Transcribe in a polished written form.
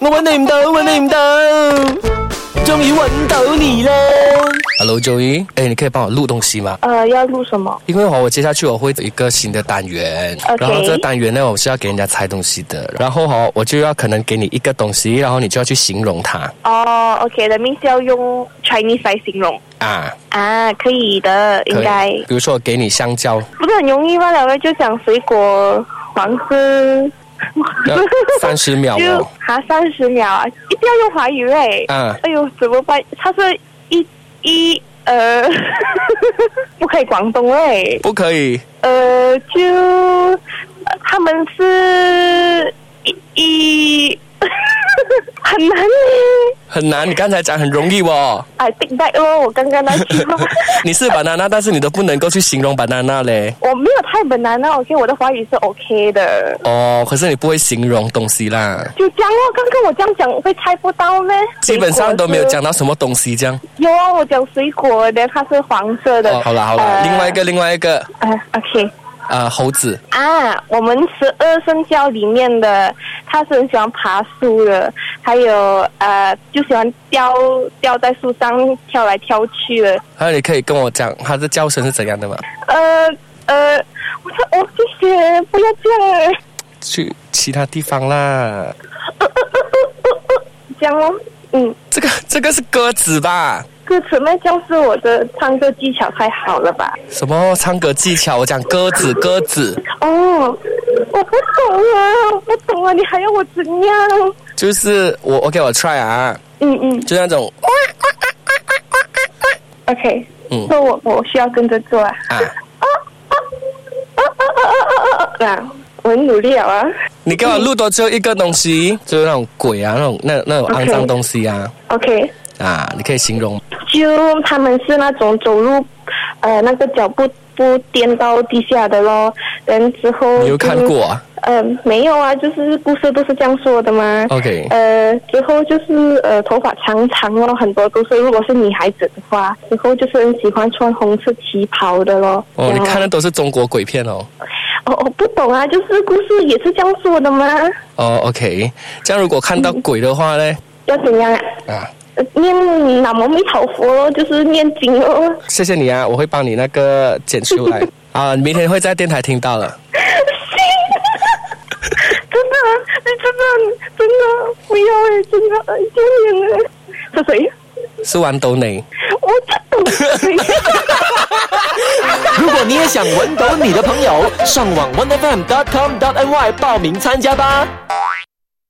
我揾你唔到，終於揾到你啦 ！Hello Joey， 你可以幫我錄東西嗎？ 要錄什麼？ 因為我接下去我會有一個新的單元， Okay. 然後這個單元呢，我是要給人家猜東西的，然後我就要可能給你一個東西，然後你就要去形容它。 OK， 的名字要用 Chinese 來形容。可以的，應該。 比如說我給你香蕉， 不是很容易罷了，就講水果，黃色。 30秒就30秒啊！一定要用華語嘞。哎呦，怎麼辦？它是不可以廣東嘞。 不可以。 就他們是很難耶。 很難，你剛才講很容易哦。 Take back 咯，我剛剛那句話。你是 banana， 但是你都不能夠去形容 banana 嘞。 我沒有太 banana， OK， 我的華語是 OK 的。 可是你不會形容東西啦。 就這樣咯，剛剛我這樣講會猜不到咩？ 基本上都沒有講到什麼東西這樣。 有啊，我講水果的，它是黃色的。 好啦，另外一個。 OK。 猴子我們12生肖裡面的，他是很喜歡爬樹的，還有就喜歡吊在樹上跳來跳去的。 還有你可以跟我講他的叫聲是怎樣的嗎？ 謝謝，不要這樣。 去其他地方啦。 這樣哦， 這個是鴿子吧？ 歌詞那這樣是我的唱歌技巧太好了吧？ 什麼唱歌技巧？我講鴿子。 我不懂啊，你還要我怎樣？就是我 try 啊。就那種。 OK。那我需要跟着做啊。我很努力啊。 你給我錄多最後一個東西，就是那種鬼啊，那種骯髒東西啊。 OK。 你可以形容。 就他們是那種走路，那個腳不顛到地下的咯。然之後你有看過啊？ 沒有啊，就是故事都是這樣說的嘛。 OK。 之後就是頭髮長咯，很多都是。如果是女孩子的話，之後就是很喜歡穿紅色旗袍的咯。 你看的都是中國鬼片哦。 我不懂啊，就是故事也是這樣說的嗎 ？OK。這樣如果看到鬼的話呢？ 要怎樣啊？念南無彌陀佛咯，就是念經咯。謝謝你啊，我會幫你那個剪出來明天會在電台聽到了。 真的不要真的救命啊！是誰？ 是豌豆泥。 我知道。 如果你也想揾到你的朋友，上網 onefm.com.ny 報名參加吧。